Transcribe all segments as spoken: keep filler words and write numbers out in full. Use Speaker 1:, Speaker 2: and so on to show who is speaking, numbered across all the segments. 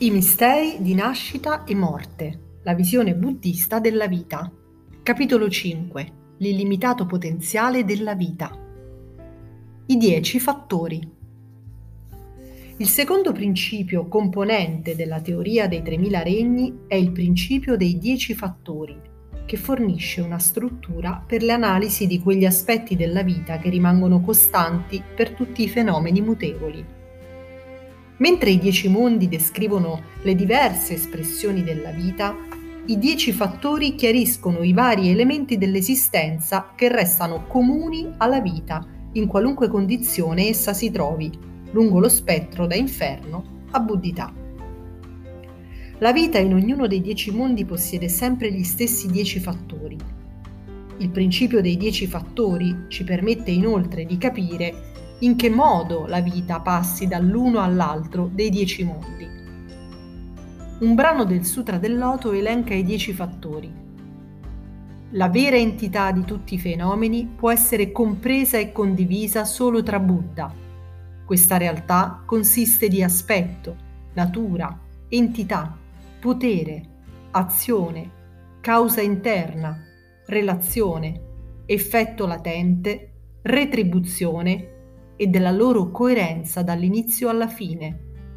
Speaker 1: I misteri di nascita e morte, la visione buddista della vita. Capitolo cinque. L'illimitato potenziale della vita. I dieci fattori. Il secondo principio componente della teoria dei tremila regni è il principio dei dieci fattori, che fornisce una struttura per le analisi di quegli aspetti della vita che rimangono costanti per tutti i fenomeni mutevoli. Mentre i dieci mondi descrivono le diverse espressioni della vita, i dieci fattori chiariscono i vari elementi dell'esistenza che restano comuni alla vita, in qualunque condizione essa si trovi, lungo lo spettro da inferno a buddhità. La vita in ognuno dei dieci mondi possiede sempre gli stessi dieci fattori. Il principio dei dieci fattori ci permette inoltre di capire in che modo la vita passi dall'uno all'altro dei dieci mondi. Un brano del Sutra del Loto elenca i dieci fattori. La vera entità di tutti i fenomeni può essere compresa e condivisa solo tra Buddha. Questa realtà consiste di aspetto, natura, entità, potere, azione, causa interna, relazione, effetto latente, retribuzione e della loro coerenza dall'inizio alla fine.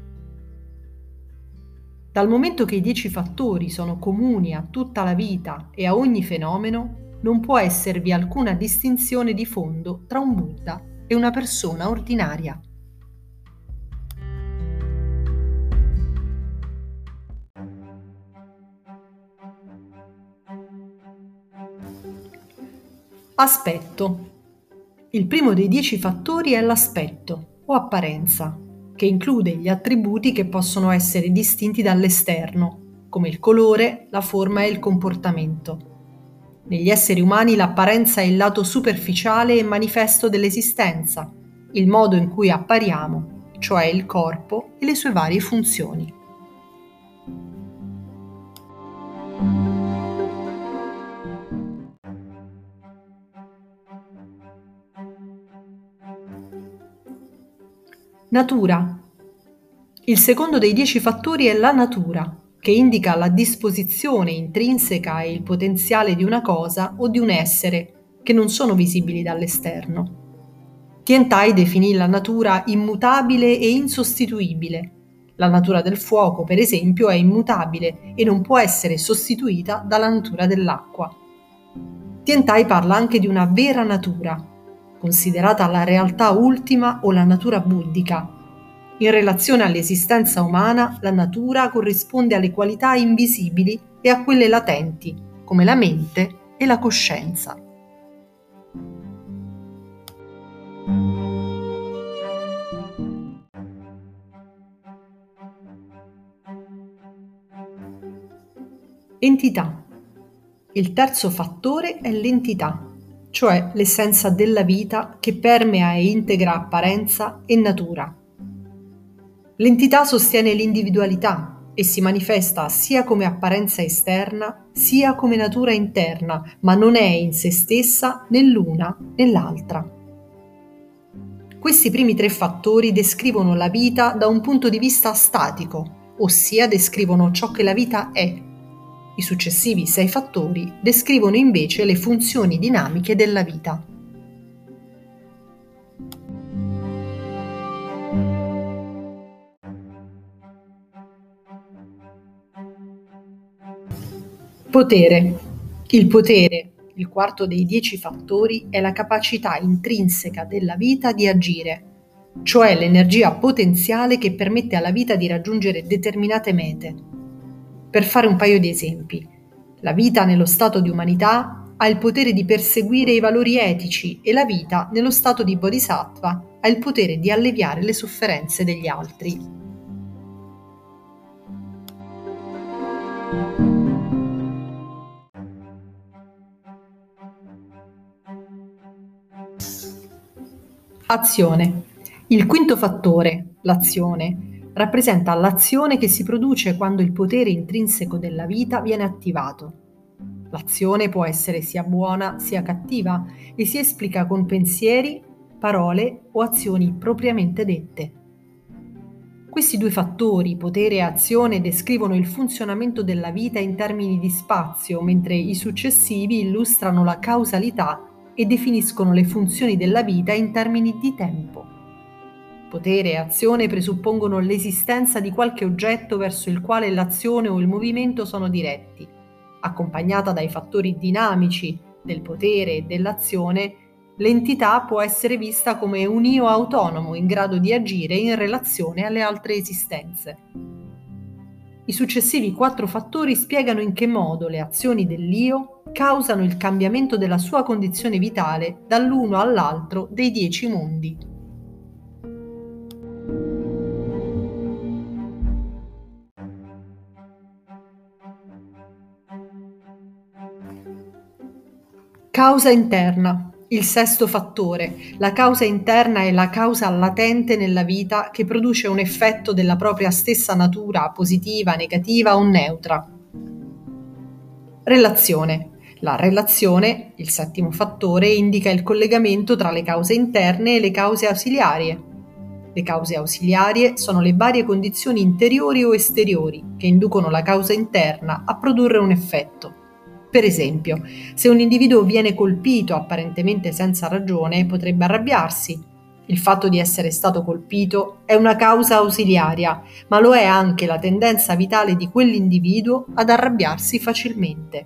Speaker 1: Dal momento che i dieci fattori sono comuni a tutta la vita e a ogni fenomeno, non può esservi alcuna distinzione di fondo tra un Buddha e una persona ordinaria. Aspetto. Il primo dei dieci fattori è l'aspetto, o apparenza, che include gli attributi che possono essere distinti dall'esterno, come il colore, la forma e il comportamento. Negli esseri umani l'apparenza è il lato superficiale e manifesto dell'esistenza, il modo in cui appariamo, cioè il corpo e le sue varie funzioni. Natura. Il secondo dei dieci fattori è la natura, che indica la disposizione intrinseca e il potenziale di una cosa o di un essere, che non sono visibili dall'esterno. Tiantai definì la natura immutabile e insostituibile. La natura del fuoco, per esempio, è immutabile e non può essere sostituita dalla natura dell'acqua. Tiantai parla anche di una vera natura, considerata la realtà ultima o la natura buddhica. In relazione all'esistenza umana, la natura corrisponde alle qualità invisibili e a quelle latenti, come la mente e la coscienza. Entità. Il terzo fattore è l'entità, cioè l'essenza della vita che permea e integra apparenza e natura. L'entità sostiene l'individualità e si manifesta sia come apparenza esterna, sia come natura interna, ma non è in se stessa né l'una né l'altra. Questi primi tre fattori descrivono la vita da un punto di vista statico, ossia descrivono ciò che la vita è. I successivi sei fattori descrivono invece le funzioni dinamiche della vita. Potere. Il potere, il quarto dei dieci fattori, è la capacità intrinseca della vita di agire, cioè l'energia potenziale che permette alla vita di raggiungere determinate mete. Per fare un paio di esempi, la vita nello stato di umanità ha il potere di perseguire i valori etici e la vita nello stato di bodhisattva ha il potere di alleviare le sofferenze degli altri. Azione. Il quinto fattore, l'azione, rappresenta l'azione che si produce quando il potere intrinseco della vita viene attivato. L'azione può essere sia buona sia cattiva e si esplica con pensieri, parole o azioni propriamente dette. Questi due fattori, potere e azione, descrivono il funzionamento della vita in termini di spazio, mentre i successivi illustrano la causalità e definiscono le funzioni della vita in termini di tempo. Potere e azione presuppongono l'esistenza di qualche oggetto verso il quale l'azione o il movimento sono diretti. Accompagnata dai fattori dinamici del potere e dell'azione, l'entità può essere vista come un io autonomo in grado di agire in relazione alle altre esistenze. I successivi quattro fattori spiegano in che modo le azioni dell'io causano il cambiamento della sua condizione vitale dall'uno all'altro dei dieci mondi. Causa interna. Il sesto fattore. La causa interna è la causa latente nella vita che produce un effetto della propria stessa natura, positiva, negativa o neutra. Relazione. La relazione, il settimo fattore, indica il collegamento tra le cause interne e le cause ausiliarie. Le cause ausiliarie sono le varie condizioni interiori o esteriori che inducono la causa interna a produrre un effetto. Per esempio, se un individuo viene colpito apparentemente senza ragione, potrebbe arrabbiarsi. Il fatto di essere stato colpito è una causa ausiliaria, ma lo è anche la tendenza vitale di quell'individuo ad arrabbiarsi facilmente.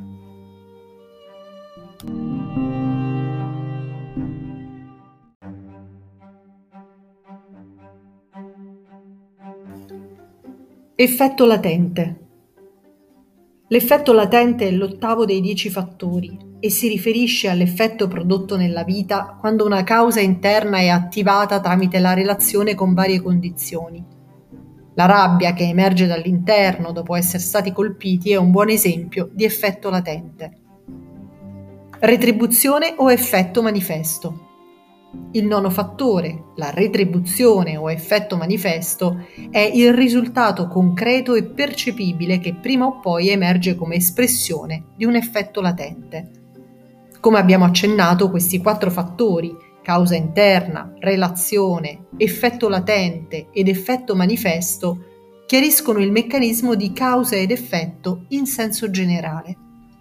Speaker 1: Effetto latente. L'effetto latente è l'ottavo dei dieci fattori e si riferisce all'effetto prodotto nella vita quando una causa interna è attivata tramite la relazione con varie condizioni. La rabbia che emerge dall'interno dopo essere stati colpiti è un buon esempio di effetto latente. Retribuzione o effetto manifesto. Il nono fattore, la retribuzione o effetto manifesto, è il risultato concreto e percepibile che prima o poi emerge come espressione di un effetto latente. Come abbiamo accennato, questi quattro fattori, causa interna, relazione, effetto latente ed effetto manifesto, chiariscono il meccanismo di causa ed effetto in senso generale.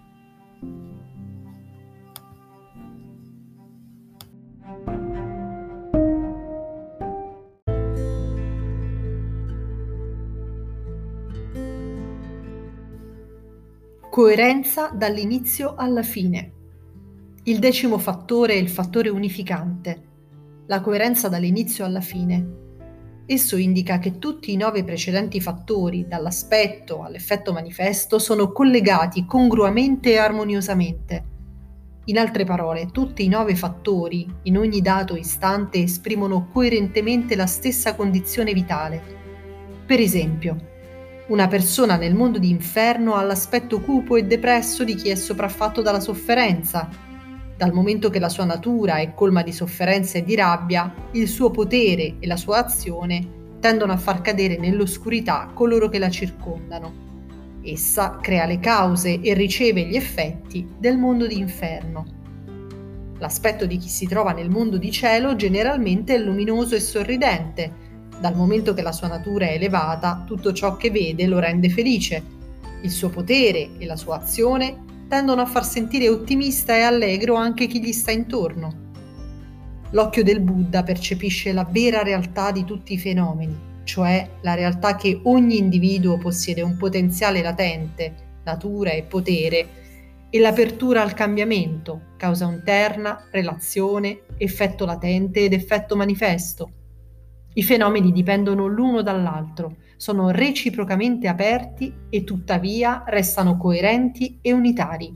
Speaker 1: Coerenza dall'inizio alla fine. Il decimo fattore è il fattore unificante, la coerenza dall'inizio alla fine. Esso indica che tutti i nove precedenti fattori, dall'aspetto all'effetto manifesto, sono collegati congruamente e armoniosamente. In altre parole, tutti i nove fattori, in ogni dato istante, esprimono coerentemente la stessa condizione vitale. Per esempio, una persona nel mondo di inferno ha l'aspetto cupo e depresso di chi è sopraffatto dalla sofferenza. Dal momento che la sua natura è colma di sofferenza e di rabbia, il suo potere e la sua azione tendono a far cadere nell'oscurità coloro che la circondano. Essa crea le cause e riceve gli effetti del mondo di inferno. L'aspetto di chi si trova nel mondo di cielo generalmente è luminoso e sorridente. Dal momento che la sua natura è elevata, tutto ciò che vede lo rende felice. Il suo potere e la sua azione tendono a far sentire ottimista e allegro anche chi gli sta intorno. L'occhio del Buddha percepisce la vera realtà di tutti i fenomeni, cioè la realtà che ogni individuo possiede un potenziale latente, natura e potere, e l'apertura al cambiamento, causa interna, relazione, effetto latente ed effetto manifesto. I fenomeni dipendono l'uno dall'altro, sono reciprocamente aperti e tuttavia restano coerenti e unitari.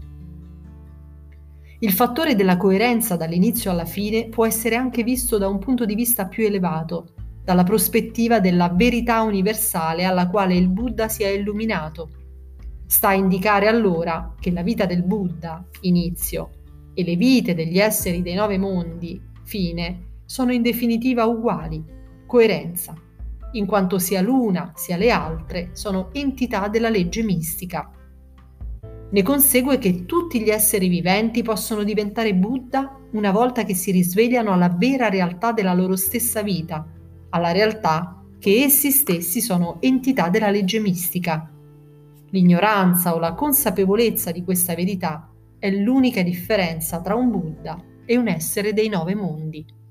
Speaker 1: Il fattore della coerenza dall'inizio alla fine può essere anche visto da un punto di vista più elevato, dalla prospettiva della verità universale alla quale il Buddha si è illuminato. Sta a indicare allora che la vita del Buddha, inizio, e le vite degli esseri dei nove mondi, fine, sono in definitiva uguali. Coerenza, in quanto sia l'una sia le altre sono entità della legge mistica. Ne consegue che tutti gli esseri viventi possono diventare Buddha una volta che si risvegliano alla vera realtà della loro stessa vita, alla realtà che essi stessi sono entità della legge mistica. L'ignoranza o la consapevolezza di questa verità è l'unica differenza tra un Buddha e un essere dei nove mondi.